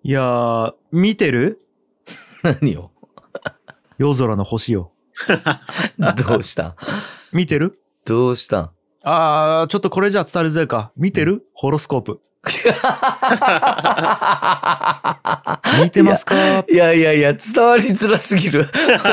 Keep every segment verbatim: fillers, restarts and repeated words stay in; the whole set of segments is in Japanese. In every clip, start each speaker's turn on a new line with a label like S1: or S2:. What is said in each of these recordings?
S1: いやー、見てる？
S2: 何を？
S1: 夜空の星よ。
S2: どうしたん？
S1: 見てる？
S2: どうしたん？
S1: あー、ちょっとこれじゃ伝わりづらいか。見てる？ホロスコープ。見てますか？
S2: いやいやいや、伝わりづらすぎる。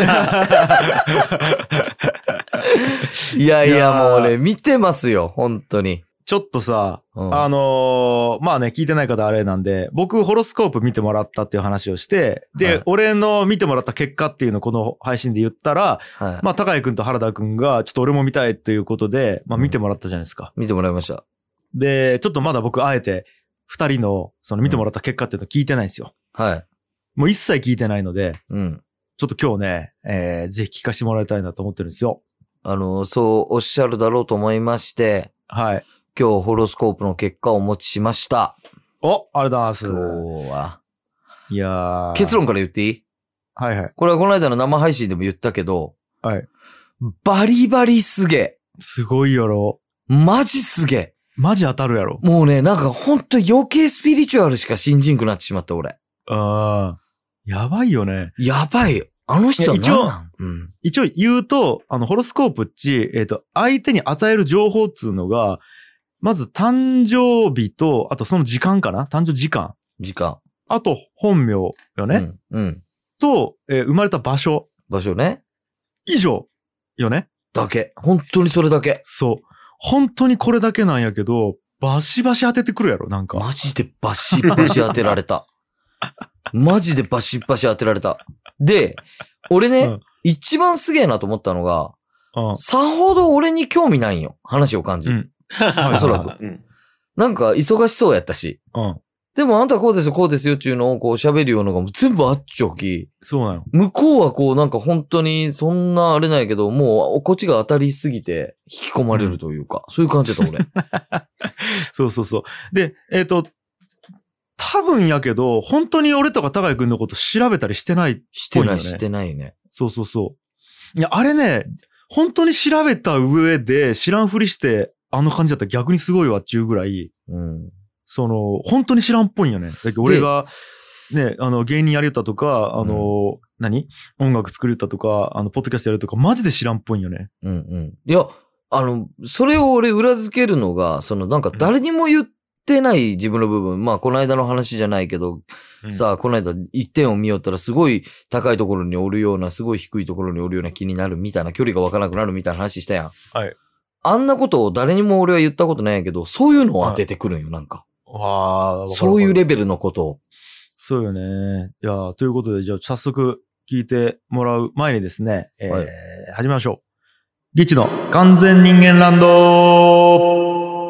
S2: いやいや、もうね、見てますよ、本当に。
S1: ちょっとさ、
S2: うん、
S1: あのー、まあね、聞いてない方あれなんで、僕、ホロスコープ見てもらったっていう話をして、で、はい、俺の見てもらった結果っていうのをこの配信で言ったら、はい、まあ、高井くんと原田くんが、ちょっと俺も見たいということで、まあ、見てもらったじゃないですか。
S2: うん、見てもらいました。
S1: で、ちょっとまだ僕、あえて、二人の、その見てもらった結果っていうのを聞いてないんですよ。
S2: はい。
S1: もう一切聞いてないので、
S2: うん。
S1: ちょっと今日ね、えー、ぜひ聞かせてもらいたいなと思ってるんですよ。
S2: あの、そうおっしゃるだろうと思いまして、
S1: はい。
S2: 今日ホロスコープの結果をお持ちしました。
S1: お、ありがとうございます。
S2: 今日は。
S1: いやー。
S2: 結論から言っていい？
S1: はいはい。
S2: これはこの間の生配信でも言ったけど、
S1: はい。
S2: バリバリすげえ。
S1: すごいやろ。
S2: マジすげえ。
S1: マジ当たるやろ。
S2: もうね、なんかほんと余計スピリチュアルしか信じんくなってしまった、俺。
S1: ああ。やばいよね。
S2: やばいよ。あの人は何なん？
S1: 一応、うん、一応言うと、あの、ホロスコープっち、えっと、相手に与える情報っつうのが、まず誕生日と、あとその時間かな？誕生時間。
S2: 時間。
S1: あと本名よね。うん。
S2: うん、
S1: と、えー、生まれた場所。
S2: 場所ね。
S1: 以上。よね。
S2: だけ。本当にそれだけ。
S1: そう。本当にこれだけなんやけど、バシバシ当ててくるやろ、なんか。
S2: マジでバシバシ当てられた。マジでバシバシ当てられた。で、俺ね、うん、一番すげえなと思ったのが、うん、さほど俺に興味ないんよ。話を感じ。うん、おそらく、うん。なんか忙しそうやったし。うん、でもあんたこうですよ、こうですよっていうのをこう喋るようなのが全部あっちょき。
S1: そうなの。
S2: 向こうはこうなんか本当にそんなあれないけど、もうこっちが当たりすぎて引き込まれるというか、うん、そういう感じだった俺。
S1: そうそうそう。で、えっと、多分やけど、本当に俺とか高井くんのこと調べたりしてないっぽいよね。
S2: してない、してないね。
S1: そうそうそう。いや、あれね、本当に調べた上で知らんふりして、あの感じだったら逆にすごいわっちゅうぐらい、うん、その、本当に知らんっぽいんよね。だけど俺が、ね、あの、芸人やりよったとか、あの、うん、何？音楽作りよったとか、あの、ポッドキャストやるとか、マジで知らんっぽいんよね。
S2: うんうん。いや、あの、それを俺裏付けるのが、その、なんか誰にも言ってない自分の部分、うん、まあ、この間の話じゃないけど、うん、さあ、この間一点を見よったらすごい高いところにおるような、すごい低いところにおるような気になるみたいな、距離がわからなくなるみたいな話したやん。
S1: はい。
S2: あんなことを誰にも俺は言ったことないんやけど、そういうのを当ててくるんよ、なんか。
S1: わあ、
S2: そういうレベルのことを。
S1: そうよね。いや、ということで、じゃあ早速聞いてもらう前にですね、えーはい、始めましょう。ギチの完全人間ランド。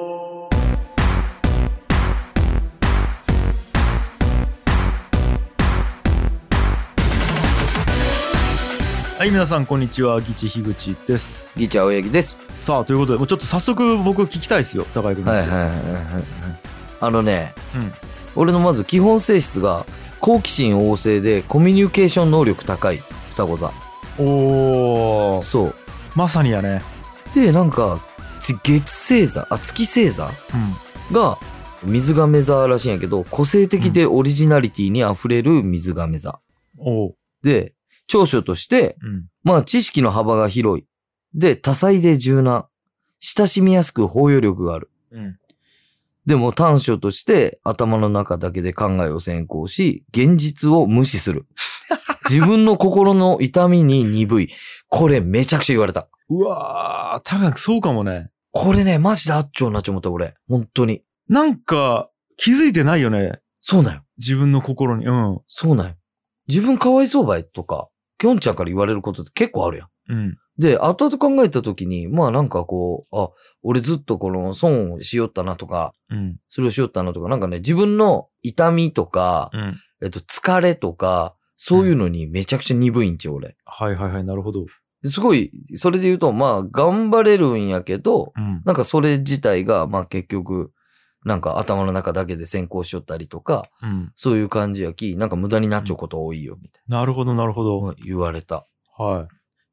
S1: はい、皆さんこんにちは。ギチ樋口です。
S2: ギチ青柳です。
S1: さあ、ということで、もうちょっと早速僕聞きたいですよ、高井君。
S2: はいはいはいはい。あのね、うん、俺のまず基本性質が好奇心旺盛でコミュニケーション能力高い双子座。
S1: おー。
S2: そう。
S1: まさにやね。
S2: で、なんか、月星座、あ、月星座、うん、が水亀座らしいんやけど、個性的でオリジナリティに溢れる水亀座。
S1: うん、
S2: で、長所として、うん、まあ知識の幅が広い。で、多彩で柔軟。親しみやすく包容力がある。うん、でも短所として頭の中だけで考えを先行し、現実を無視する。自分の心の痛みに鈍い。これめちゃくちゃ言われた。
S1: うわー、多分そうかもね。
S2: これね、マジであっちょうなっちょ思った俺。本当に。
S1: なんか気づいてないよね。
S2: そうだよ。
S1: 自分の心に。うん。
S2: そうだよ。自分かわいそうばいとか、きょんちゃんから言われることって結構あるやん。
S1: うん。
S2: で、後々考えたときに、まあなんかこう、あ、俺ずっとこの損をしよったなとか、うん、それをしよったなとか、なんかね、自分の痛みとか、うん、えっと、疲れとか、そういうのにめちゃくちゃ鈍いんちゃう、俺。
S1: はいはいはい、なるほど。
S2: すごい、それで言うと、まあ、頑張れるんやけど、うん、なんかそれ自体が、まあ結局、なんか頭の中だけで先行しよったりとか、うん、そういう感じやき、なんか無駄になっちゃうこと多いよ、みたいな。
S1: なるほど、なるほど。
S2: 言われた。
S1: はい。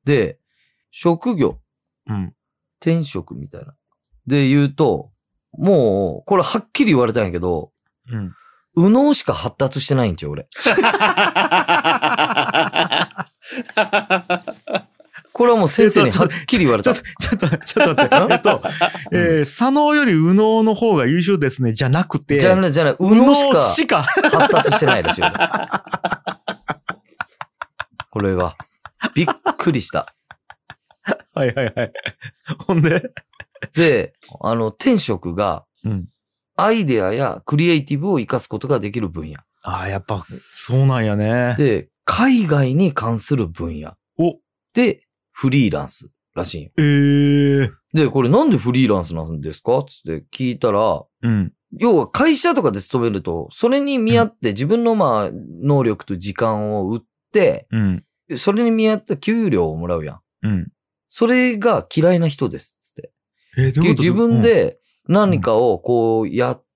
S2: で、職業。
S1: うん。
S2: 転職みたいな。で言うと、もう、これはっきり言われたんやけど、うん。 右脳しか発達してないんちゃう、俺。これはもう先生にはっきり言われた。
S1: ちょっと、ちょっと、ちょっと待って。えっと、えー、左脳より右脳の方が優秀ですね、じゃなくて。
S2: じゃない、じゃない、右脳しか
S1: しか
S2: 発達してないらしいよ。これが。びっくりした。
S1: はいはいはい。ほんで
S2: で、あの、天職が、
S1: うん、
S2: アイデアやクリエイティブを活かすことができる分野。
S1: ああ、やっぱ、そうなんやね。
S2: で、海外に関する分野。
S1: お
S2: で、フリーランスらしいよ。
S1: ええー。
S2: で、これなんでフリーランスなんですかつって聞いたら、
S1: うん。
S2: 要は会社とかで勤めると、それに見合って自分のまあ、能力と時間を売って、
S1: うん。
S2: それに見合った給料をもらうやん。
S1: うん。
S2: それが嫌いな人です。つって。
S1: えー、どういうこと？
S2: 自分で何かをこうやって、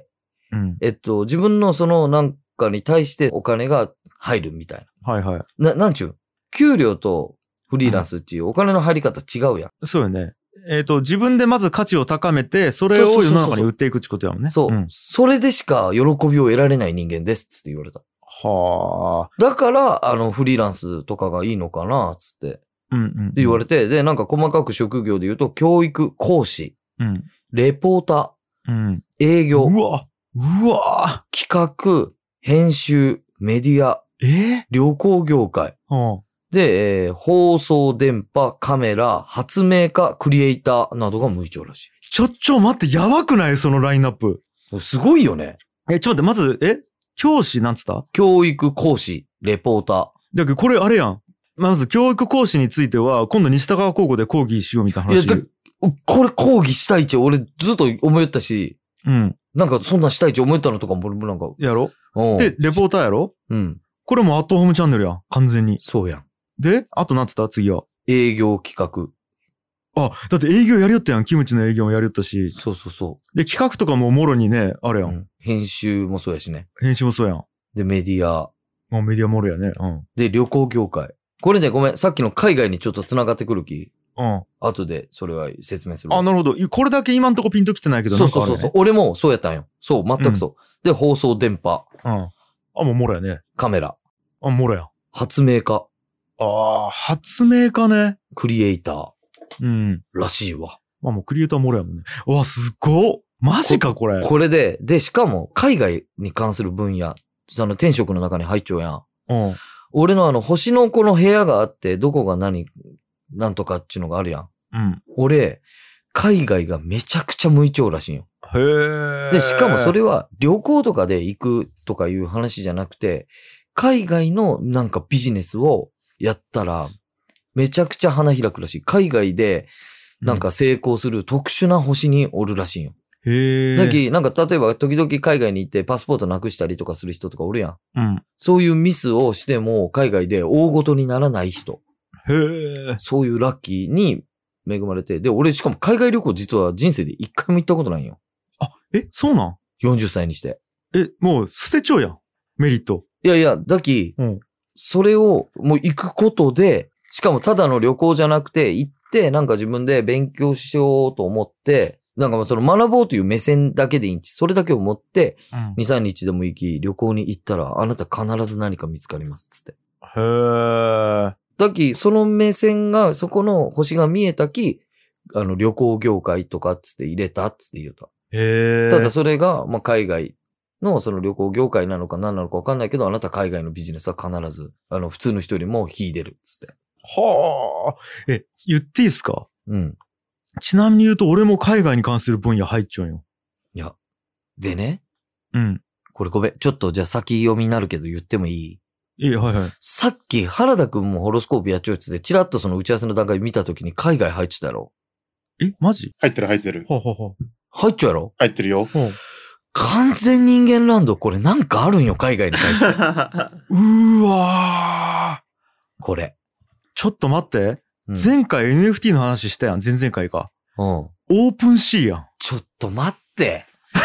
S1: うん、
S2: えっと、自分のそのなんかに対してお金が入るみたい
S1: な。はいはい。
S2: な、なんちゅう給料とフリーランスっていうお金の入り方違うやん。
S1: そうよね。えっと、自分でまず価値を高めて、それを世の中に売っていくってことやもんね。
S2: そう。うん、それでしか喜びを得られない人間ですつって言われた。
S1: はあ。
S2: だから、あの、フリーランスとかがいいのかなつって。
S1: うんうん、うん。
S2: って言われて、で、なんか細かく職業で言うと、教育、講師、
S1: うん、
S2: レポーター、
S1: うん、
S2: 営業、
S1: うわ、うわ、
S2: 企画、編集、メディア、
S1: えー、
S2: 旅行業界、
S1: はあ、
S2: で、えー、放送、電波、カメラ、発明家、クリエイターなどが向いちゃうらしい。
S1: ちょ、ちょ、待って、やばくないそのラインナップ。
S2: すごいよね。
S1: え、ちょっと待って、まず、え教師なんつった？
S2: 教育、講師、レポーター。
S1: だけど、これあれやん。まず、教育講師については、今度西高川高校で講義しようみたいな話。
S2: いや、これ講義したいち、俺ずっと思いったし、
S1: うん。
S2: なんかそんなしたいち思ったのとかも、なんか。
S1: やろ？で、レポーターやろ？
S2: うん。
S1: これもアットホームチャンネルやん。完全に。
S2: そうやん。
S1: で、あとなんつった次は。
S2: 営業企画。
S1: あ、だって営業やりよったやん。キムチの営業もやりよったし。
S2: そうそうそう。
S1: で、企画とかももろにね、あれやん。うん、
S2: 編集もそうやしね。
S1: 編集もそうやん。
S2: で、メディア。
S1: あ、メディアもろやね。うん。
S2: で、旅行業界。これね、ごめん。さっきの海外にちょっと繋がってくる気。
S1: うん。
S2: 後でそれは説明する。
S1: あ、なるほど。これだけ今んとこピンときてないけど、
S2: そうそうそうそう、ね。俺もそうやったんよ。そう、全くそう。うん、で、放送、電波。
S1: うん。あ、もうもろやね。
S2: カメラ。
S1: あ、もろや。
S2: 発明家。
S1: ああ、発明家ね。
S2: クリエイター。
S1: うん。
S2: らしいわ。
S1: まあもうクリエイターもろやもんね。うわ、すっごっ。マジか、これ。
S2: これで、で、しかも、海外に関する分野、その天職の中に入っちゃうやん。
S1: うん。
S2: 俺のあの、星のこの部屋があって、どこが何、なんとかっていうのがあるやん。
S1: うん。
S2: 俺、海外がめちゃくちゃ向いちゃうらしいよ。
S1: へー。
S2: で、しかもそれは旅行とかで行くとかいう話じゃなくて、海外のなんかビジネスをやったら、めちゃくちゃ花開くらしい。海外でなんか成功する特殊な星におるらしいよ。
S1: へー。
S2: だき、なんか例えば時々海外に行ってパスポートなくしたりとかする人とかおるやん。
S1: うん。
S2: そういうミスをしても海外で大ごとにならない人。
S1: へー。
S2: そういうラッキーに恵まれて。で、俺しかも海外旅行実は人生で一回も行ったことないよ。
S1: あ、え、そうなん？
S2: よんじゅっさいにして。
S1: え、もう捨てちゃうやん。メリット。
S2: いやいや、だき、うん、それをもう行くことで、しかもただの旅行じゃなくて、行ってなんか自分で勉強しようと思って、なんかその学ぼうという目線だけでいいんち。それだけを持って、に、さんにちでも行き、旅行に行ったら、あなた必ず何か見つかります、つって。
S1: へー。
S2: だき、その目線が、そこの星が見えたき、あの、旅行業界とかつって入れた、つって言うた。
S1: へー。
S2: ただそれが、まあ、海外のその旅行業界なのか何なのか分かんないけど、あなた海外のビジネスは必ず、あの、普通の人よりも秀でる、つって。
S1: はあ。え、言っていいですか？
S2: うん。
S1: ちなみに言うと、俺も海外に関する分野入っちゃうよ。
S2: いや。でね。
S1: うん。
S2: これごめん。ちょっとじゃあ先読みになるけど言ってもいい？
S1: いい、はいはい。
S2: さっき原田くんもホロスコープやっちゃうやつで、チラッとその打ち合わせの段階見たときに海外入ってたやろ？
S1: え、マジ？
S3: 入ってる入ってる。
S1: ほうほうほう。
S2: 入っちゃうやろ？
S3: 入ってるよ。
S1: ほう。
S2: 完全人間ランド、これなんかあるんよ、海外に対して。う
S1: ーわー。
S2: これ。
S1: ちょっと待って。うん、前回 エヌエフティー の話したやん。前々回か。
S2: うん。
S1: オープンシーやん。
S2: ちょっと待って。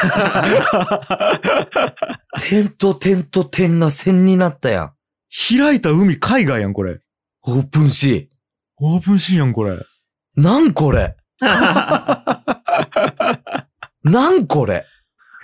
S2: 点と点と点が線になったやん。
S1: 開いた海海外やん、これ。
S2: オープンシー。
S1: オープンシーやん、これ。
S2: なんこれなんこれ
S1: へ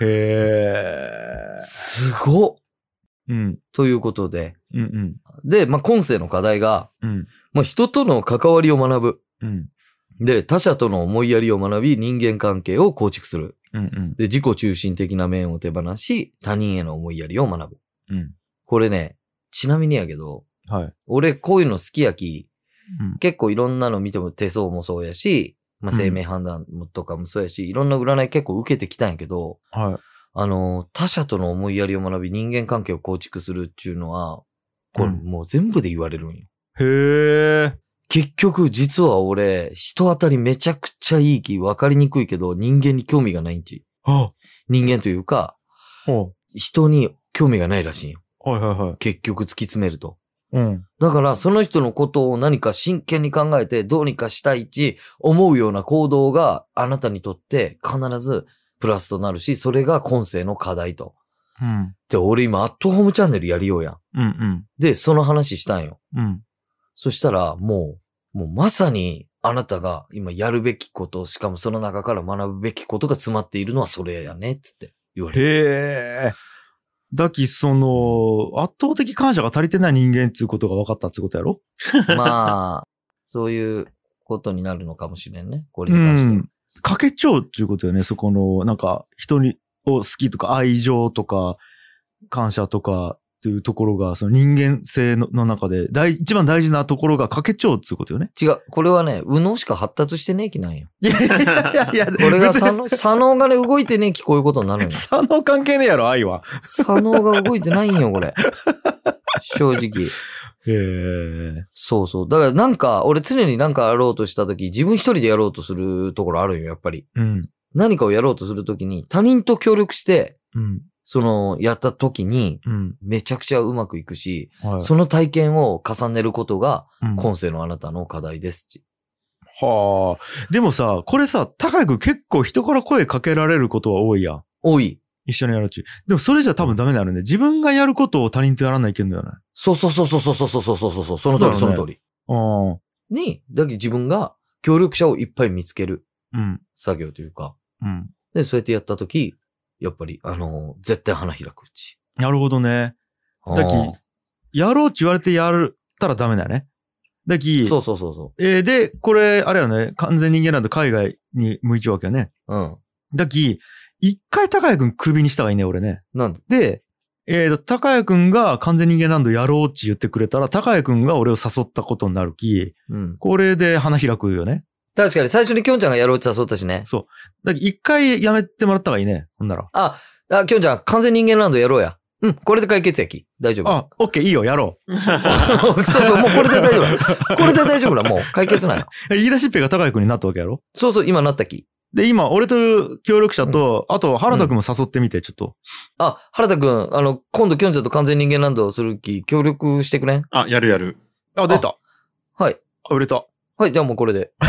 S1: へー。
S2: すごっ。
S1: うん。
S2: ということで。
S1: うんうん。
S2: で、まあ、今世の課題が、
S1: うん。
S2: まあ、人との関わりを学ぶ。
S1: うん。
S2: で、他者との思いやりを学び、人間関係を構築する。
S1: うんうん。
S2: で、自己中心的な面を手放し、他人への思いやりを学ぶ。
S1: うん。
S2: これね、ちなみにやけど、
S1: はい。
S2: 俺こういうの好きやき、
S1: うん、
S2: 結構いろんなの見ても手相もそうやし、まあ、生命判断とかもそうやし、うん、いろんな占い結構受けてきたんやけど、
S1: はい。
S2: あの、他者との思いやりを学び、人間関係を構築するっていうのは、これもう全部で言われるんよ。
S1: うん、へー。
S2: 結局、実は俺、人当たりめちゃくちゃいいき、分かりにくいけど、人間に興味がないんち。
S1: はあ、
S2: 人間というか、
S1: はあ、
S2: 人に興味がないらしいんよ。
S1: はいはいはい。
S2: 結局突き詰めると。
S1: うん。
S2: だから、その人のことを何か真剣に考えて、どうにかしたいち、思うような行動があなたにとって必ずプラスとなるし、それが今世の課題と。
S1: うん。
S2: で、俺今、アットホームチャンネルやりようやん。
S1: うんうん。
S2: で、その話したんよ。
S1: うん。
S2: そしたら、もう、もうまさに、あなたが今やるべきこと、しかもその中から学ぶべきことが詰まっているのはそれやね、つって言われて。
S1: へー。だき、その、圧倒的感謝が足りてない人間っていうことが分かったってことやろ？
S2: まあ、そういうことになるのかもしれんね。これに関しては。うん。
S1: かけちょうっていうことよね。そこの、なんか、人に、を好きとか愛情とか、感謝とかっていうところが、その人間性 の, の中で大、一番大事なところがかけちょうっていうことよね。
S2: 違う。これはね、右脳しか発達してねえ気なんよ。
S1: いやいやいやいや、
S2: これが左脳、左脳がね、動いてねえ気こういうことになるんよ。
S1: 左脳関係ねえやろ、愛は。
S2: 左脳が動いてないんよ、これ。正直。
S1: へえ。
S2: そうそう。だからなんか、俺常になんかやろうとしたとき、自分一人でやろうとするところあるよ、やっぱり。
S1: うん。
S2: 何かをやろうとするときに、他人と協力して、
S1: うん。
S2: その、やったときに、
S1: うん、
S2: めちゃくちゃうまくいくし、
S1: はい、
S2: その体験を重ねることが、
S1: うん、
S2: 今世のあなたの課題ですし。
S1: はあ。でもさ、これさ、高井くん結構人から声かけられることは多いやん。
S2: 多い。
S1: 一緒にやるうち。でもそれじゃ多分ダメになるね。自分がやることを他人とやらないけんのよね。
S2: そうそうそうそうそうそうそうそうそうそう。その通り、その通り。
S1: ああ。
S2: に、だけど自分が協力者をいっぱい見つける。
S1: うん。
S2: 作業というか。
S1: うん。
S2: で、そうやってやったとき、やっぱり、あのー、絶対花開くうち。
S1: なるほどね。だき、やろうって言われてやったらダメだよね。だき、
S2: そうそうそうそう。
S1: えー、で、これ、あれよね、完全人間なんて海外に向いちゃうわけよね。
S2: うん。
S1: だき、一回高谷くん首にした方がいいね、俺ね。
S2: なんで
S1: で、えーと、高谷くんが完全人間ランドやろうって言ってくれたら、高谷くんが俺を誘ったことになるき、
S2: うん。
S1: これで花開くよね。
S2: 確かに最初にきょんちゃんがやろうって誘ったしね。
S1: そう。だから一回やめてもらった方がいいね。ほんなら。
S2: あ、あ、きょんちゃん完全人間ランドやろうや。うん、これで解決やき。大丈夫。
S1: あ、オッケー、いいよ、やろう。
S2: そうそう、もうこれで大丈夫。これで大丈夫だ、もう解決なんよ。
S1: 言い出しっぺが高谷くんになったわけやろ？
S2: そうそう、今なったき。
S1: で、今、俺と協力者と、うん、あと、原田くんも誘ってみて、ちょっと。
S2: あ、原田くん、あの、今度きょんちゃんと完全人間ランドをするき、協力してくれん？
S3: あ、やるやる。
S1: あ、出た。
S2: はい。
S1: あ、売れた。
S2: はい、じゃあもうこれで。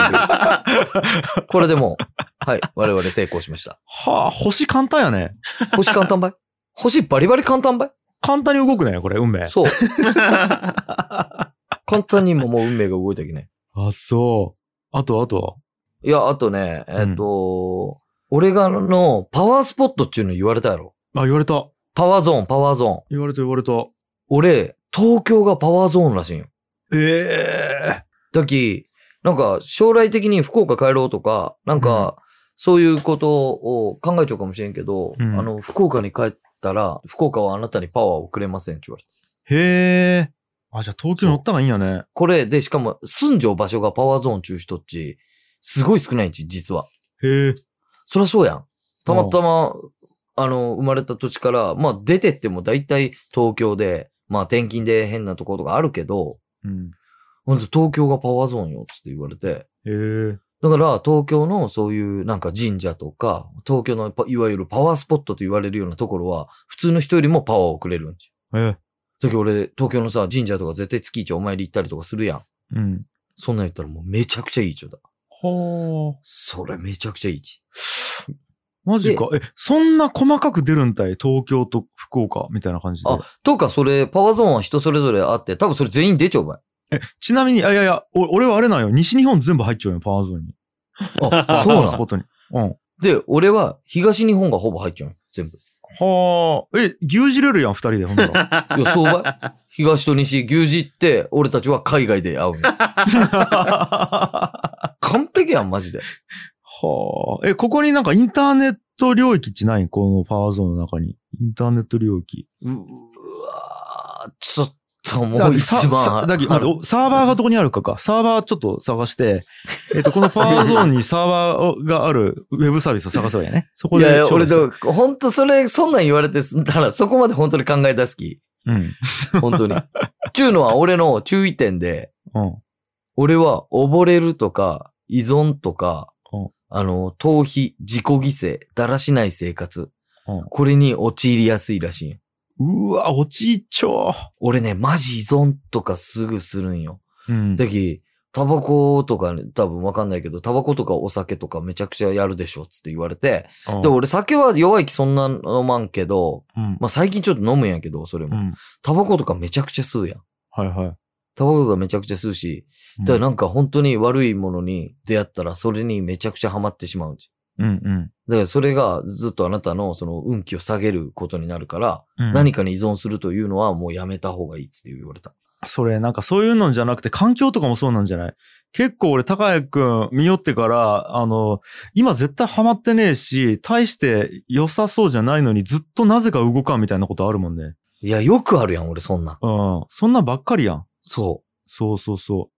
S2: これでもう、はい、我々成功しました。
S1: はあ、星簡単やね。
S2: 星簡単ばい？星バリバリ簡単ばい？
S1: 簡単に動くね、これ、運命。
S2: そう。簡単にももう運命が動いたきね。
S1: あ、そう。あと、あとはい
S2: や、あとね、えっと、うん、俺がのパワースポットっていうの言われたやろ。
S1: あ、言われた。
S2: パワーゾーン、パワーゾーン。
S1: 言われた、言われた。
S2: 俺、東京がパワーゾーンらしいんよ。
S1: ええー。
S2: だき、なんか、将来的に福岡帰ろうとか、なんか、うん、そういうことを考えちゃうかもしれんけど、うん、あの、福岡に帰ったら、福岡はあなたにパワーをくれませんって言われた。
S1: へえ。あ、じゃあ東京に乗った方がいいんやね。
S2: これ、で、しかも、住んじゃう場所がパワーゾーン中人っち、すごい少ないんち、実は。
S1: へえ。
S2: そりゃそうやん。たまたま、あの、生まれた土地から、まあ出てっても大体東京で、まあ転勤で変なところとかあるけど、
S1: うん。
S2: ほんと東京がパワーゾーンよ、つって言われて。
S1: へえ。
S2: だから東京のそういうなんか神社とか、東京のいわゆるパワースポットと言われるようなところは、普通の人よりもパワーをくれるんち。
S1: へえ。
S2: だけど俺、東京のさ、神社とか絶対月一お参り行ったりとかするやん。
S1: うん。
S2: そんなん言ったらもうめちゃくちゃいいちょだ。
S1: はあ。
S2: それめちゃくちゃいいち。
S1: マジか。え、そんな細かく出るんたい？東京と福岡みたいな感じで。
S2: あ、とかそれ、パワーゾーンは人それぞれあって、多分それ全員出ちゃうばい。
S1: え、ちなみに、あ、いやいや、お俺はあれなんよ。西日本全部入っちゃうよ、パワーゾーンに。
S2: あ、そうなの？
S1: スポットに。うん。
S2: で、俺は東日本がほぼ入っちゃうよ。全部。
S1: はあ。え、牛耳れるやん、二人で、ほんなら。
S2: いや、そうばい。東と西、牛耳って、俺たちは海外で会うんよ。完璧やん、マジで。
S1: はあ。え、ここになんかインターネット領域ってないこのパワーゾーンの中に。インターネット領域。
S2: う、うわーちょっともう一番。
S1: だけど、待って、サーバーがどこにあるかか。サーバーちょっと探して、えっと、このパワーゾーンにサーバーがあるウェブサービスを探せばいいよね。そこで。
S2: いやいや、俺でも、ほんとそれ、そんなん言われてたら、そこまで本当に考え出す気。
S1: うん。
S2: 本当に。ちゅうのは俺の注意点で、
S1: うん、
S2: 俺は溺れるとか、依存とか、
S1: うん、
S2: あの、逃避、自己犠牲、だらしない生活。
S1: うん、
S2: これに陥りやすいらしいよ。
S1: うわ、陥っちゃう。
S2: 俺ね、マジ依存とかすぐするんよ。
S1: うん。
S2: だき、タバコとかね、多分わかんないけど、タバコとかお酒とかめちゃくちゃやるでしょ、つって言われて。
S1: うん、
S2: で、俺酒は弱い気そんな飲まんけど、
S1: うん、
S2: まあ最近ちょっと飲むんやけど、それも。
S1: うん、
S2: タバコとかめちゃくちゃ吸うやん。
S1: はいはい。
S2: タバコとかめちゃくちゃ吸うし、だからなんか本当に悪いものに出会ったらそれにめちゃくちゃハマってしまうんです。
S1: うんうん。
S2: だからそれがずっとあなたのその運気を下げることになるから、
S1: うん、
S2: 何かに依存するというのはもうやめた方がいいっつって言われた。
S1: それなんかそういうのじゃなくて環境とかもそうなんじゃない？結構俺高谷くん見よってから、あの、今絶対ハマってねえし、大して良さそうじゃないのにずっとなぜか動かんみたいなことあるもんね。
S2: いや、よくあるやん、俺そんな。
S1: うん。そんなんばっかりやん。
S2: そう。
S1: そうそうそう。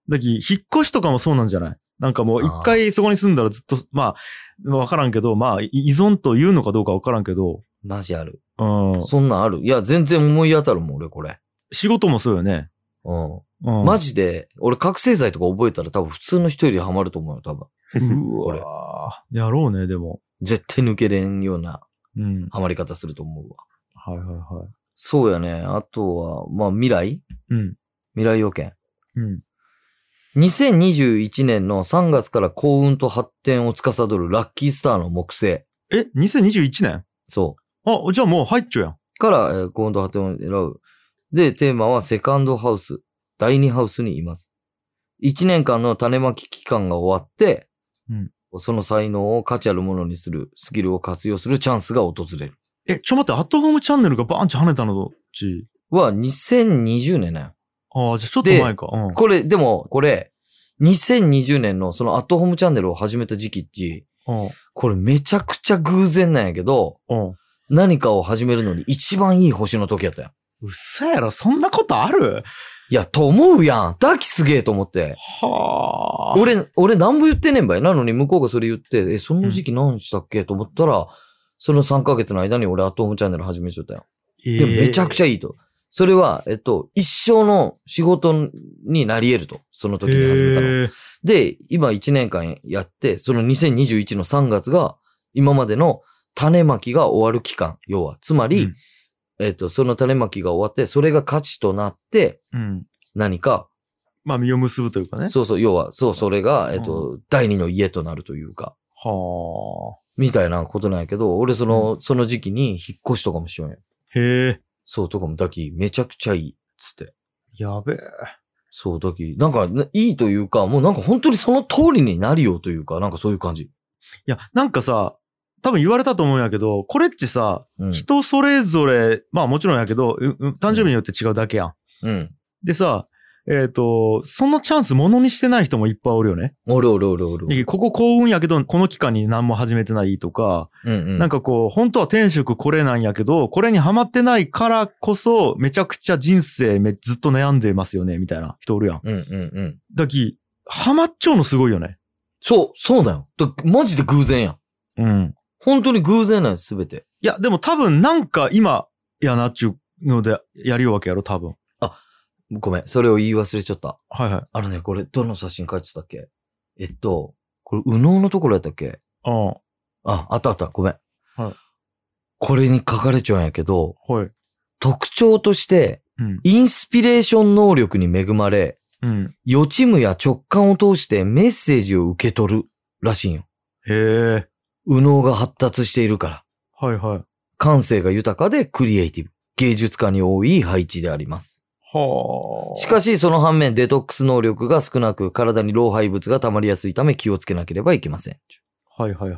S1: だき、引っ越しとかもそうなんじゃない？なんかもう一回そこに住んだらずっと、まあ、わからんけど、まあ、依存というのかどうかわからんけど。
S2: マジある。
S1: うん。
S2: そんなんある。いや、全然思い当たるもん、俺これ。
S1: 仕事もそうよね。
S2: うん。
S1: うん、
S2: マジで、俺覚醒剤とか覚えたら多分普通の人よりハマると思うよ、多分。
S1: うわぁ。やろうね、でも。
S2: 絶対抜けれんような、
S1: うん。
S2: ハマり方すると思うわ。
S1: はいはいはい。
S2: そうやね。あとは、まあ未来
S1: うん。
S2: 未来予見。
S1: うん。
S2: にせんにじゅういちねんのさんがつから幸運と発展を司るラッキースターの木星。
S1: え ?にせんにじゅういちねん？
S2: そう。
S1: あ、じゃあもう入っちゃうやん。
S2: から、えー、幸運と発展を選ぶ。で、テーマはセカンドハウス。第二ハウスにいます。いちねんかんの種まき期間が終わって、
S1: うん、
S2: その才能を価値あるものにする、スキルを活用するチャンスが訪れる。
S1: え、ちょ待って、アットホームチャンネルがバーンチ跳ねたのどっち
S2: はにせんにじゅうねんなんや。
S1: ああ、じゃあちょっと前か。うん、
S2: これ、でも、これ、にせんにじゅうねんのそのアットホームチャンネルを始めた時期っち、
S1: うん、
S2: これめちゃくちゃ偶然なんやけど、
S1: うん、
S2: 何かを始めるのに一番いい星の時やったよ。
S1: うっそやろ、そんなことある？
S2: いや、と思うやん。ダキすげえと思って。
S1: はあ。
S2: 俺、俺何も言ってねえんばい。なのに向こうがそれ言って、え、その時期何したっけ、うん、と思ったら、そのさんかげつの間に俺アットホームチャンネル始めちゃったよ。えー、でもめちゃくちゃいいと。それは、えっと、一生の仕事になり得ると。その時に始めたの。えー、で、今いちねんかんやって、そのにせんにじゅういちのさんがつが、今までの種まきが終わる期間。要は、つまり、うん、えっと、その種まきが終わって、それが価値となって、うん、何か、
S1: まあ、実を結ぶというかね。
S2: そうそう、要は、そう、それが、えっと、うん、第二の家となるというか。
S1: はあ。
S2: みたいなことなんやけど、俺その、うん、その時期に引っ越しとかもしようやん。
S1: へえ。
S2: そう、とかも、だき、めちゃくちゃいい、つって。
S1: やべえ。
S2: そう、だき、なんか、いいというか、もうなんか本当にその通りになるよというか、なんかそういう感じ。い
S1: や、なんかさ、多分言われたと思うんやけど、これっちさ、うん、人それぞれ、まあもちろんやけど、誕生日によって違うだけやん。
S2: うん。
S1: でさ、えっと、そのチャンスものにしてない人もいっぱいおるよね。
S2: おるおるおるおる。
S1: ここ幸運やけど、この期間に何も始めてないとか、
S2: うんうん、
S1: なんかこう、本当は天職これなんやけど、これにハマってないからこそ、めちゃくちゃ人生めずっと悩んでますよね、みたいな人おるやん。
S2: うんうんうん。
S1: だき、ハマっちゃうのすごいよね。
S2: そう、そうだよ。だマジで偶然やん。
S1: うん。
S2: 本当に偶然なんです、すべて。
S1: いや、でも多分なんか今やなっちゅうのでやりようわけやろ、多分。
S2: あ、ごめん、それを言い忘れちゃった。
S1: はいはい。
S2: あのね、これ、どの写真書いてたっけ？えっと、これ、右脳のところやったっけ？
S1: あ
S2: あ。あ、あったあった、ごめん。
S1: はい。
S2: これに書かれちゃうんやけど、
S1: はい。
S2: 特徴として、
S1: うん、
S2: インスピレーション能力に恵まれ、
S1: うん、
S2: 予知夢や直感を通してメッセージを受け取るらしいんよ。
S1: へえ。
S2: 右脳が発達しているから。
S1: はいはい。
S2: 感性が豊かでクリエイティブ。芸術家に多い配置であります。
S1: はあ。
S2: しかし、その反面、デトックス能力が少なく、体に老廃物が溜まりやすいため気をつけなければいけません。
S1: はいはいはい。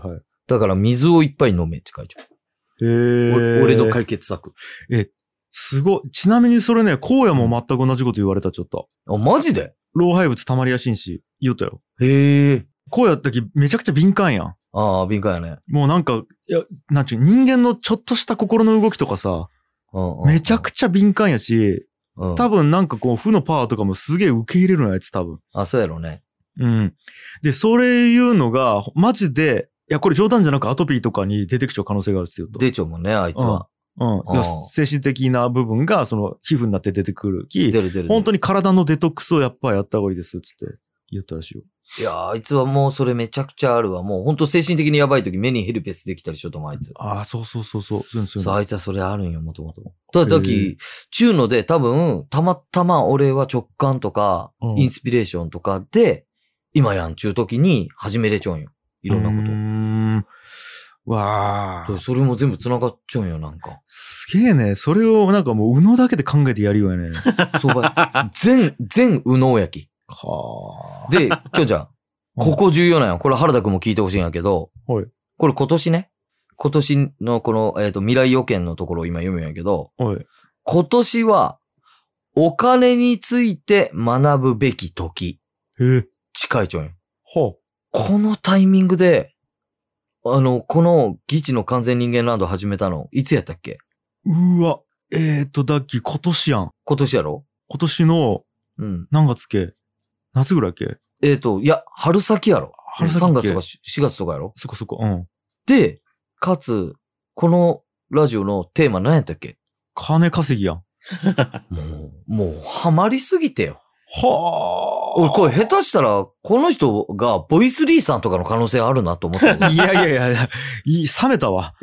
S2: だから水をいっぱい飲めって書いちゃう。
S1: へえ。
S2: 俺の解決策。
S1: え、すごい。ちなみにそれね、荒野も全く同じこと言われた、ちょっと。
S2: あ、マジで？
S1: 老廃物溜まりやすいし、言ったよ。
S2: へえ。
S1: 荒野ってめちゃくちゃ敏感やん。
S2: ああ、敏感やね。
S1: もうなんか、いや、なんちゅう、人間のちょっとした心の動きとかさ、
S2: うんうん、
S1: めちゃくちゃ敏感やし、
S2: うん、
S1: 多分なんかこう、負のパワーとかもすげえ受け入れるのやつ、多分。
S2: あ、そうやろうね。
S1: うん。で、それいうのが、マジで、いや、これ冗談じゃなくアトピーとかに出てきちゃう可能性があるんですよ。
S2: 出ちゃうもんね、あいつは。
S1: うん。うん、精神的な部分が、その、皮膚になって出てくるき、
S2: 出る出る。
S1: 本当に体のデトックスをやっぱりやった方がいいです、つって言ったらしいよ。
S2: いやー、あいつはもうそれめちゃくちゃあるわ。もう本当精神的にやばい時目にヘルペスできたりしようと思う、あいつ。
S1: ああ、そうそうそうそう。そうそう
S2: そう、あいつはそれあるんよ、もともと。だ、だき、中ので多分、たまたま俺は直感とか、うん、インスピレーションとかで、今やんちゅう時に始めれちゃうんよ。いろんなこと。うー
S1: ん。わあ。
S2: それも全部繋がっちゃうんよ、なんか。
S1: すげえね。それをなんかもう、右脳だけで考えてやるよね。
S2: そうばい。全、全右脳焼き。
S1: はあ。
S2: で、今日じゃあ、ここ重要なんよ。これ原田くんも聞いてほしいんやけど、
S1: はい。
S2: これ今年ね、今年のこの、えっと、未来予見のところを今読むんやけど、
S1: はい。
S2: 今年は、お金について学ぶべき時。
S1: へえ。
S2: 近いちょんよ。
S1: は
S2: あ。このタイミングで、あの、このギチの完全人間ランド始めたの、いつやったっけ？
S1: うわ、えーと、だっき今年やん。
S2: 今年やろ？
S1: 今年の、
S2: うん。
S1: 何月け？夏ぐらいけ？
S2: えーと、いや、春先やろ。
S1: 春先。
S2: さんがつとかしがつとかやろ。
S1: そこそこ、うん。
S2: で、かつ、このラジオのテーマ何やったっけ？
S1: 金稼ぎやん。
S2: もう、もう、ハマりすぎてよ。
S1: は
S2: あ。俺、これ下手したら、この人がボイスリーさんとかの可能性あるなと思った。
S1: いやいやいや、いい、冷めたわ。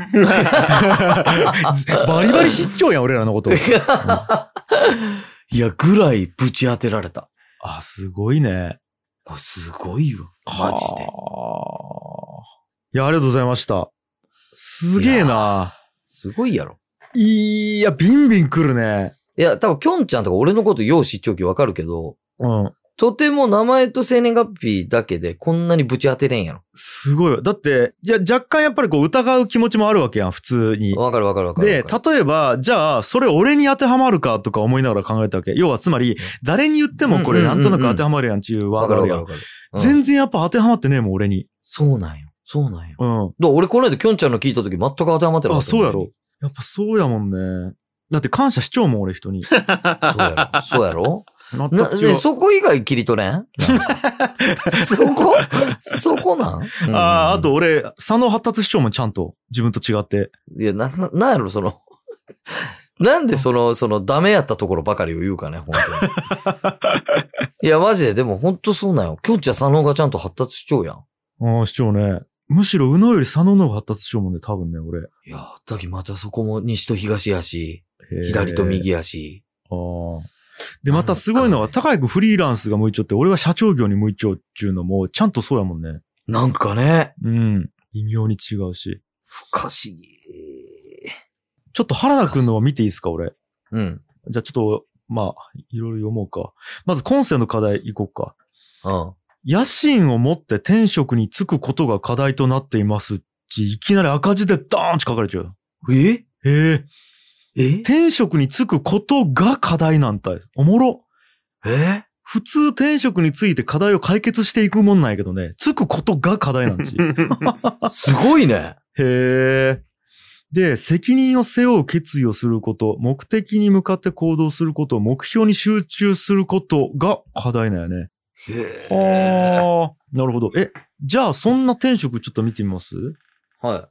S1: バリバリ知っちゃうやん、俺らのこと。うん、
S2: いや、ぐらいぶち当てられた。
S1: あ、すごいね。
S2: すごいよ。マジで。
S1: いや、ありがとうございました。すげえな。
S2: すごいやろ。
S1: いや、ビンビン来るね。
S2: いや、多分、きょんちゃんとか俺のことよう知っちょきわかるけど、
S1: うん。
S2: とても名前と生年月日だけでこんなにぶち当てれんやろ。
S1: すごいよ。だって、いや、若干やっぱりこう疑う気持ちもあるわけやん、普通に。
S2: わかるわかるわかる。
S1: で、例えば、じゃあ、それ俺に当てはまるかとか思いながら考えたわけ。要は、つまり、誰に言ってもこれなんとなく当てはまるやんちゅうワードあるやん。全然やっぱ当てはまってねえもん、俺に。
S2: そうなんよ。そうなんよ。
S1: うん。
S2: だ俺この間きょんちゃんの聞いた時全く当てはまってなかった。
S1: あ、そうやろ。やっぱそうやもんね。だって感謝しちゃうもん、俺人に。
S2: そうやろ。そうやろなね、そこ以外切り取れんそこそこなん、
S1: うん、ああ、あと俺、左脳発達しちゃうもん、ちゃんと。自分と違って。
S2: いや、な、な、なんやろ、その。なんでその、その、ダメやったところばかりを言うかね、本当に。いや、マジで、でも本当そうなんよ。きょんちゃん左脳がちゃんと発達しちゃうやん。
S1: ああ、しちゃうね。むしろ、右脳より左脳の方が発達しちゃうもんね、多分ね、俺。
S2: いや、だきまたそこも西と東やし、左と右やし。
S1: ああ。で、またすごいのは、高井くんフリーランスが向いちゃって、俺は社長業に向いちゃうっていうのも、ちゃんとそうやもんね。
S2: なんかね。
S1: うん。微妙に違うし。
S2: 不可思議。
S1: ちょっと原田くんのを見ていいですか、俺。
S2: うん。
S1: じゃあちょっと、まあ、いろいろ読もうか。まず、今世の課題いこうか。
S2: うん。
S1: 野心を持って天職に就くことが課題となっていますち、いきなり赤字でダーンって書かれちゃう。
S2: え
S1: え
S2: え
S1: 天職に就くことが課題なんだ。おもろ。
S2: え
S1: 普通天職について課題を解決していくもんなんやけどね、就くことが課題なんち。
S2: すごいね。
S1: へえ。で、責任を背負う決意をすること、目的に向かって行動すること、目標に集中することが課題なんやね。
S2: へ
S1: え。ああ、なるほど。え、じゃあそんな天職ちょっと見てみます？
S2: はい。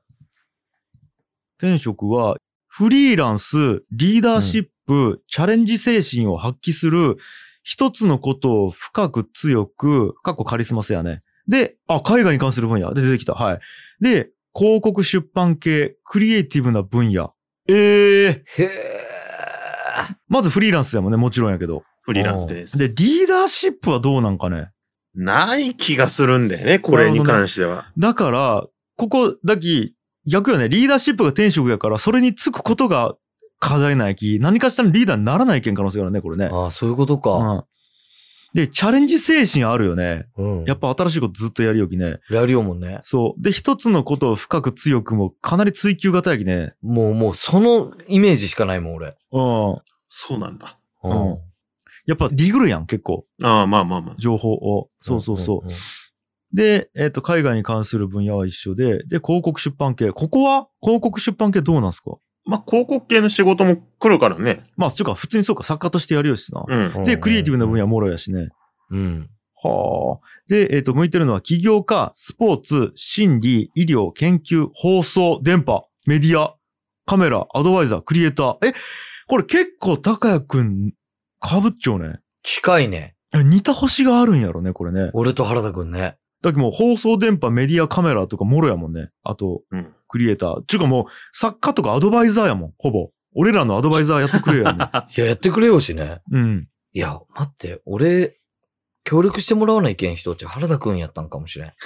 S1: 天職は、フリーランス、リーダーシップ、うん、チャレンジ精神を発揮する、一つのことを深く強く、かっこカリスマ性やね。で、あ、海外に関する分野で出てきた。はい。で、広告出版系、クリエイティブな分野。ええー。
S2: へー。
S1: まずフリーランスやもんね、もちろんやけど。
S3: フリーランスです。
S1: で、リーダーシップはどうなんかね。
S3: ない気がするんだよね、これに関しては。
S1: だから、ここだけ、逆よね、リーダーシップが天職やから、それにつくことが課題ないき、何かしらのリーダーにならないけん可能性があるね、これね。
S2: ああ、そういうことか。
S1: うん。 で、チャレンジ精神あるよね。
S2: うん。
S1: やっぱ新しいことずっとやるよきね。
S2: やるよもんね。
S1: そう。で、一つのことを深く強くもかなり追求型やきね。
S2: もう、もう、そのイメージしかないもん、俺。
S1: うん。
S3: そうなんだ。
S2: う
S1: うん。やっぱディグるやん、結構。
S3: ああ、まあまあまあ。
S1: 情報を。そうそうそう。
S2: んんん
S1: で、えっ、と、海外に関する分野は一緒で、で、広告出版系。ここは広告出版系どうなんすか？
S3: まあ、広告系の仕事も来るからね。
S1: まあ、つうか、普通にそうか、作家としてやるよしな。
S3: うん。
S1: で、クリエイティブな分野もろやしね。
S2: うん。
S1: はあ。で、えっ、と、向いてるのは起業家、スポーツ、心理、医療、研究、放送、電波、メディア、カメラ、アドバイザー、クリエイター。え、これ結構高谷くん、かぶっちゃうね。
S2: 近いね。
S1: 似た星があるんやろね、これね。
S2: 俺と原田くんね。
S1: だけどもう放送、電波、メディア、カメラとかもろやもんね。あと、
S3: うん。
S1: クリエイター。ちゅうかもう、作家とかアドバイザーやもん、ほぼ。俺らのアドバイザーやってくれよやね。
S2: いや、やってくれよしね。
S1: うん。
S2: いや、待って、俺、協力してもらわないけん人っち原田くんやったんかもしれん。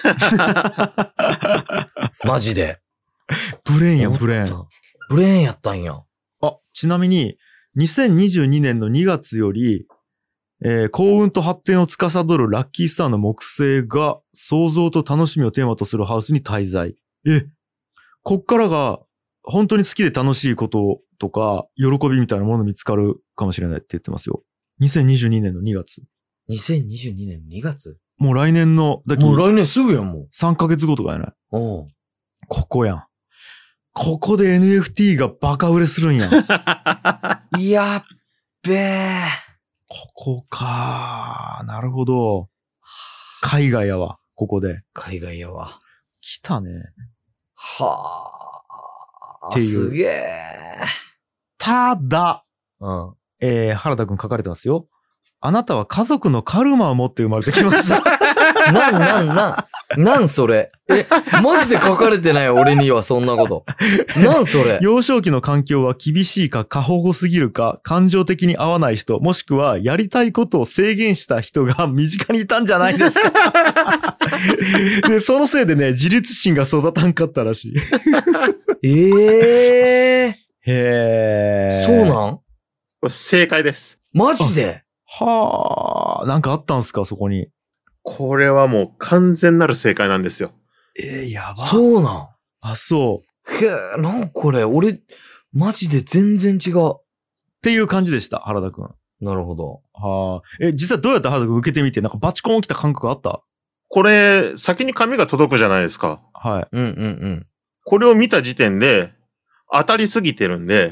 S2: マジで。
S1: ブレーンや、ブレーン。
S2: 思ったブレーンやったんや。
S1: あ、ちなみに、にせんにじゅうにねんのにがつより、えー幸運と発展を司るラッキースターの木星が創造と楽しみをテーマとするハウスに滞在。え、こっからが本当に好きで楽しいこととか喜びみたいなもの見つかるかもしれないって言ってますよ。にせんにじゅうにねんのにがつ。
S2: にせんにじゅうにねんのにがつ。
S1: もう来年の、だっけ
S2: もう来年すぐやん、も
S1: さんかげつごとかやない。
S2: う。うん。
S1: ここやん。ここで エヌエフティー がバカ売れするんやん。
S2: やっべえ。
S1: ここかー。なるほど。海外やわ、ここで。
S2: 海外やわ。
S1: 来たね。
S2: はあ。
S1: っていう
S2: すげえ。
S1: ただ、
S2: うん。
S1: えー、原田くん書かれてますよ。あなたは家族のカルマを持って生まれてきました。
S2: なん、なん、なん、なんそれ。え、マジで書かれてない俺にはそんなこと。なんそれ。
S1: 幼少期の環境は厳しいか過保護すぎるか、感情的に合わない人、もしくはやりたいことを制限した人が身近にいたんじゃないですか。で、そのせいでね、自立心が育たんかったらしい。
S2: ええ
S1: へー。
S2: そうなん
S3: これ正解です。
S2: マジで
S1: はあ、なんかあったんすか、そこに。
S3: これはもう完全なる正解なんですよ。
S1: えー、やば。
S2: そうなん
S1: あ、そう。
S2: へえ、なんこれ、俺、マジで全然違う。
S1: っていう感じでした、原田くん。
S2: なるほど。
S1: はあ。え、実際どうやった原田くん受けてみて、なんかバチコン起きた感覚あった？
S3: これ、先に紙が届くじゃないですか。
S1: はい。
S2: うんうんうん。
S3: これを見た時点で、当たりすぎてるんで、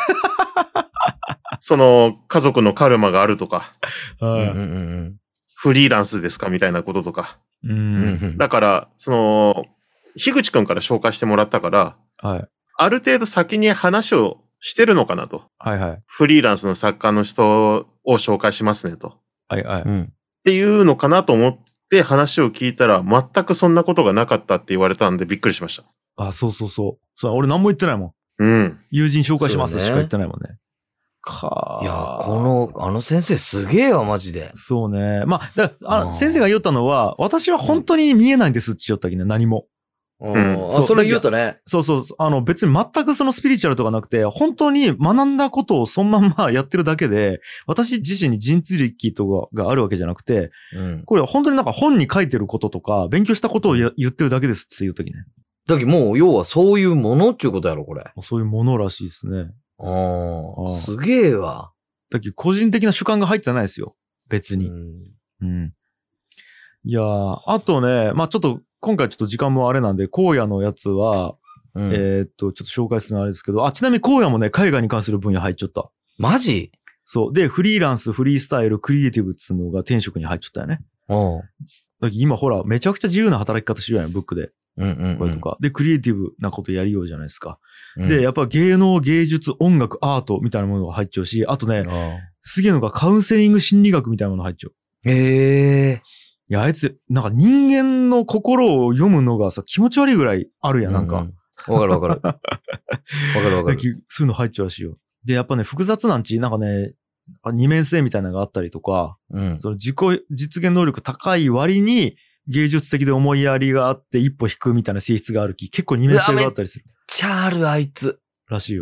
S3: その、家族のカルマがあるとか、
S1: はい。
S2: うんうんうん
S3: フリーランスですかみたいなこととか。
S1: う
S2: うん
S1: ん。
S2: うん。
S3: だから、その、樋口くんから紹介してもらったから、
S1: はい。
S3: ある程度先に話をしてるのかなと。
S1: はいはい。
S3: フリーランスの作家の人を紹介しますねと。っ
S1: はいはい。
S2: うん。
S3: ていうのかなと思って話を聞いたら、全くそんなことがなかったって言われたんでびっくりしました。
S1: あ、そうそうそう。そう、俺何も言ってないもん。
S3: うん。
S1: 友人紹介します
S2: そうね
S1: しか言ってないもんね。か
S2: いや、この、あの先生すげえわ、マジで。
S1: そうね。まあ、だあ
S2: うん
S1: 先生が言ったのは、私は本当に見えないんですって言ったっけね、何も。
S2: うん。あ、
S1: そう
S2: それ言うとね。
S1: そうそう。あの、別に全くそのスピリチュアルとかなくて、本当に学んだことをそのまんまやってるだけで、私自身に神通力とかがあるわけじゃなくて、
S2: うん。
S1: これ本当になんか本に書いてることとか、勉強したことをや言ってるだけですって言うときね。
S2: だけどもう、要はそういうものっていうことやろ、これ。
S1: そういうものらしいですね。
S2: あ
S1: あ
S2: あ、すげえわ。
S1: だけど個人的な主観が入ってないですよ。別に。
S2: うん
S1: うん。いやー、あとね、まあちょっと、今回ちょっと時間もあれなんで、荒野のやつは、
S2: うん
S1: えーっと、ちょっと紹介するのはあれですけど、あ、ちなみに荒野もね、海外に関する分野入っちゃった。
S2: マジ
S1: そう。で、フリーランス、フリースタイル、クリエイティブっつうのが転職に入っちゃったよね。
S2: うん。
S1: だけど今ほら、めちゃくちゃ自由な働き方しようやん、ブックで。
S2: うんうん。
S1: これとか。で、クリエイティブなことやりようじゃないですか。
S2: うん。
S1: で、やっぱ芸能、芸術、音楽、アートみたいなものが入っちゃうし、あとね、すげえのがカウンセリング心理学みたいなもの入っちゃう。
S2: ええ
S1: いや、あいつ、なんか人間の心を読むのがさ、気持ち悪いぐらいあるやん、なんか。
S2: ううわかるわかる。わかるわか
S1: だ
S2: る。
S1: けそういうの入っちゃうらしいよ。で、やっぱね、複雑なんち、なんかね、二面性みたいなのがあったりとか、
S2: うん。
S1: その自己実現能力高い割に芸術的で思いやりがあって一歩引くみたいな性質があるき、結構二面性があったりする
S2: チャール、あいつ。
S1: らしいよ。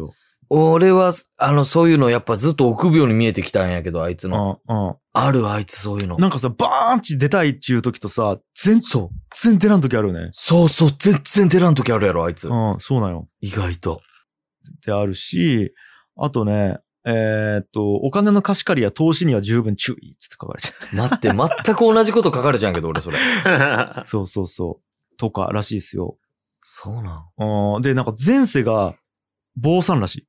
S2: 俺は、あの、そういうのやっぱずっと臆病に見えてきたんやけど、あいつの。
S1: うんうん。
S2: ある、あいつそういうの。
S1: なんかさ、バーンチ出たいっていう時とさ、全
S2: そう。
S1: 然出らん時あるよね。
S2: そうそう、全然出らん時あるやろ、あいつ。
S1: うん、そうなんよ。
S2: 意外と。
S1: であるし、あとね、えーっと、お金の貸し借りや投資には十分注意って書かれて
S2: 待って、全く同じこと書かれちゃうんやけど、俺それ。
S1: る。そうそうそう。とからしいですよ。
S2: そうなん
S1: うん。で、なんか前世が坊さんらしい。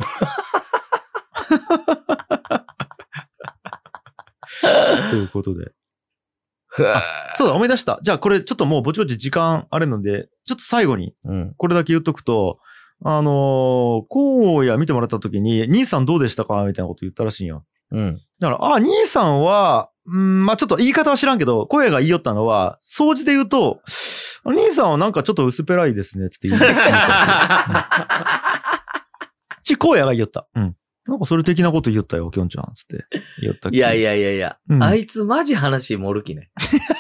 S1: ということで。そうだ、思い出した。じゃあこれちょっともうぼちぼち時間あれなんで、ちょっと最後に
S2: うん。
S1: これだけ言っとくと、あのー、荒野見てもらった時に、兄さんどうでしたかみたいなこと言ったらしいんよ。
S2: うん。
S1: だから、あ、兄さんは、うん、まあちょっと言い方は知らんけど、声が言いよったのは、掃除で言うと、兄さんはなんかちょっと薄っぺらいですね、つって言い言いたち、荒野が言いよった。うん。なんかそれ的なこと言いよったよ、きょんちゃん、つって言いよったっけ。
S2: いやいやいやいや、
S1: うん
S2: あいつマジ話盛るきね。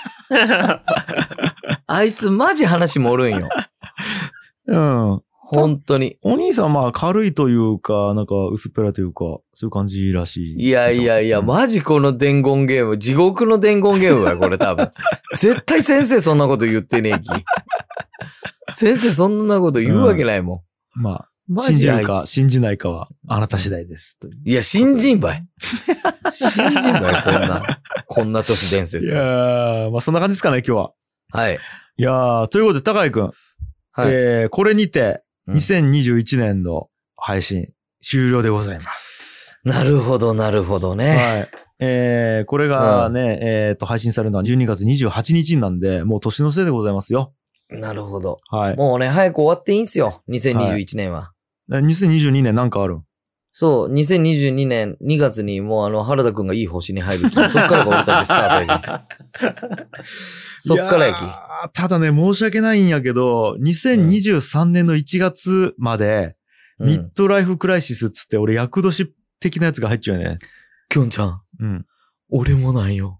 S2: あいつマジ話盛るんよ。
S1: うん。
S2: 本当に。
S1: お兄さんはまあ軽いというか、なんか薄っぺらいというか、そういう感じらしい。
S2: いやいやいや、
S1: うん
S2: マジこの伝言ゲーム、地獄の伝言ゲームや、これ多分。絶対先生そんなこと言ってねえき。先生そんなこと言うわけないも
S1: まあ、
S2: ん。マ
S1: 信じ
S2: ジあいつ
S1: るか信じないかはあなた次第です。という
S2: いや、信じんばい。信じんばい、こんな。こんな都市伝
S1: い
S2: 説。
S1: やー、まあそんな感じですかね、今日は。
S2: はい。
S1: いやー、ということで、高井くん。
S2: はい。
S1: えー、これにて、
S2: うん
S1: にせんにじゅういちねんの配信終了でございます。
S2: なるほど、なるほどね。
S1: はい。えー、これがね、えっと、配信されるのはじゅうにがつにじゅうはちにちなんで、もう年のせいでございますよ。
S2: なるほど。
S1: はい。
S2: もうね、早く終わっていいんすよ。にせんにじゅういちねんは。
S1: にせんにじゅうにねんなんかあるん？
S2: そう、にせんにじゅうにねんにがつにもうあの、原田くんがいい星に入るき。そっからが俺たちスタートやき。そっからやき。
S1: いやーただね、申し訳ないんやけど、にせんにじゅうさんねんのいちがつまで、
S2: うん
S1: ミッドライフクライシスっつって俺、厄年的なやつが入っちゃうよね。
S2: きょんちゃん、
S1: うん。
S2: 俺もなんよ。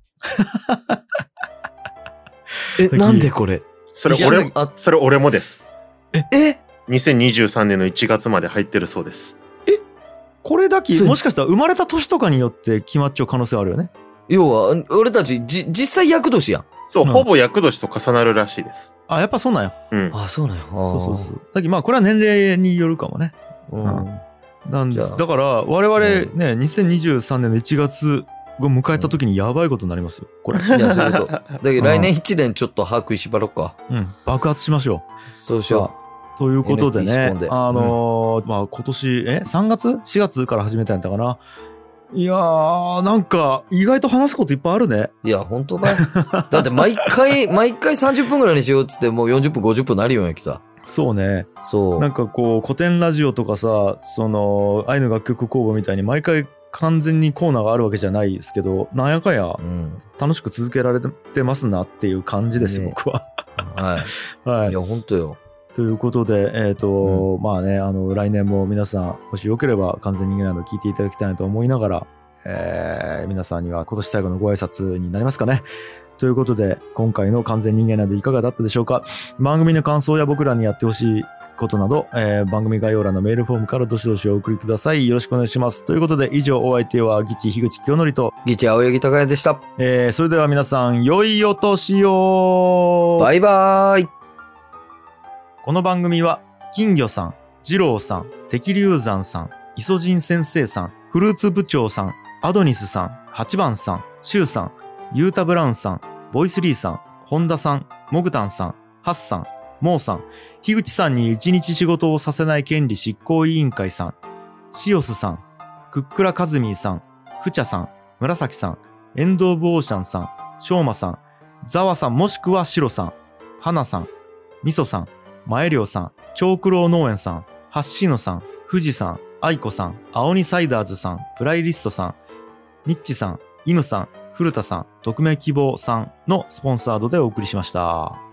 S2: え、なんでこれ
S3: それ
S2: いや
S3: 俺、
S2: あ、
S3: それ俺もです。
S2: え
S3: にせんにじゅうさんねんのいちがつまで入ってるそうです。
S1: これだけ、
S2: そう
S1: もしかしたら生まれた年とかによって決まっちゃう可能性あるよね。
S2: 要は、俺たち、じ、実際役年やん。
S3: そう、
S1: うん
S3: ほぼ厄年と重なるらしいです。
S1: あ、やっぱそうなんや。
S3: うん。
S2: あ、そうなんや。
S1: そうそうそう。だけどまあ、これは年齢によるかもね。
S2: う。うん。
S1: なんです。
S2: じゃあ
S1: だから、我々ね、にせんにじゅうさんねんのいちがつを迎えた時にやばいことになりますよ。これ。
S2: いや、そういうこと。だけど来年いちねんちょっと歯食いしばろっか。
S1: うん。爆発しましょ
S2: そうしよ
S1: う。ということで
S2: エヌエフティー 仕
S1: ね
S2: 込んで、
S1: あのーまあ今年、え ?さんがつ ?しがつから始めたんやったかな。いやー、なんか意外と話すこといっぱいあるね。
S2: う。いや、本当ばい。だって毎回、毎回さんじゅっぷんぐらいにしようっつってもうよんじゅっぷん、ごじゅっぷんなるようやきさ。
S1: そうね。
S2: そう。
S1: なんかこう、古典ラジオとかさ、その、愛の楽曲工房みたいに毎回完全にコーナーがあるわけじゃないですけど、なんやかや
S2: うん。
S1: 楽しく続けられてますなっていう感じですよ、
S2: ね
S1: 僕は。
S2: はい。
S1: はい
S2: いや、。本当よ。
S1: ということで、えっ、と、まあね、あの、来年も皆さん、もしよければ完全人間など聞いていただきたいなと思いながら、えー皆さんには今年最後のご挨拶になりますかね。ということで、今回の完全人間などいかがだったでしょうか。番組の感想や僕らにやってほしいことなど、えー番組概要欄のメールフォームからどしどしお送りください。よろしくお願いします。ということで、以上お相手は、ギチ、樋口清則と、
S2: ギチ青柳高也でした。
S1: えーそれでは皆さん、良いお年を。
S2: バイバーイ。
S1: この番組は金魚さん、二郎さん、敵龍山さん、イソジン先生さん、フルーツ部長さん、アドニスさん、八番さん、シュウさん、ユータブラウンさん、ボイスリーさん、ホンダさん、モグタンさん、ハッさん、モーさん、樋口さんに一日仕事をさせない権利執行委員会さん、シオスさん、クックラカズミーさん、フチャさん、紫さん、エンド・オブ・オーシャンさん、ショーマさん、ザワさんもしくはシロさん、ハナさん、ミソさん、前涼さん、長九郎農園さん、ハッシーノさん、富士さん、アイコさん、青鬼サイダーズさん、プライリストさん、ミッチさん、イムさん、古田さん、匿名希望さんのスポンサードでお送りしました。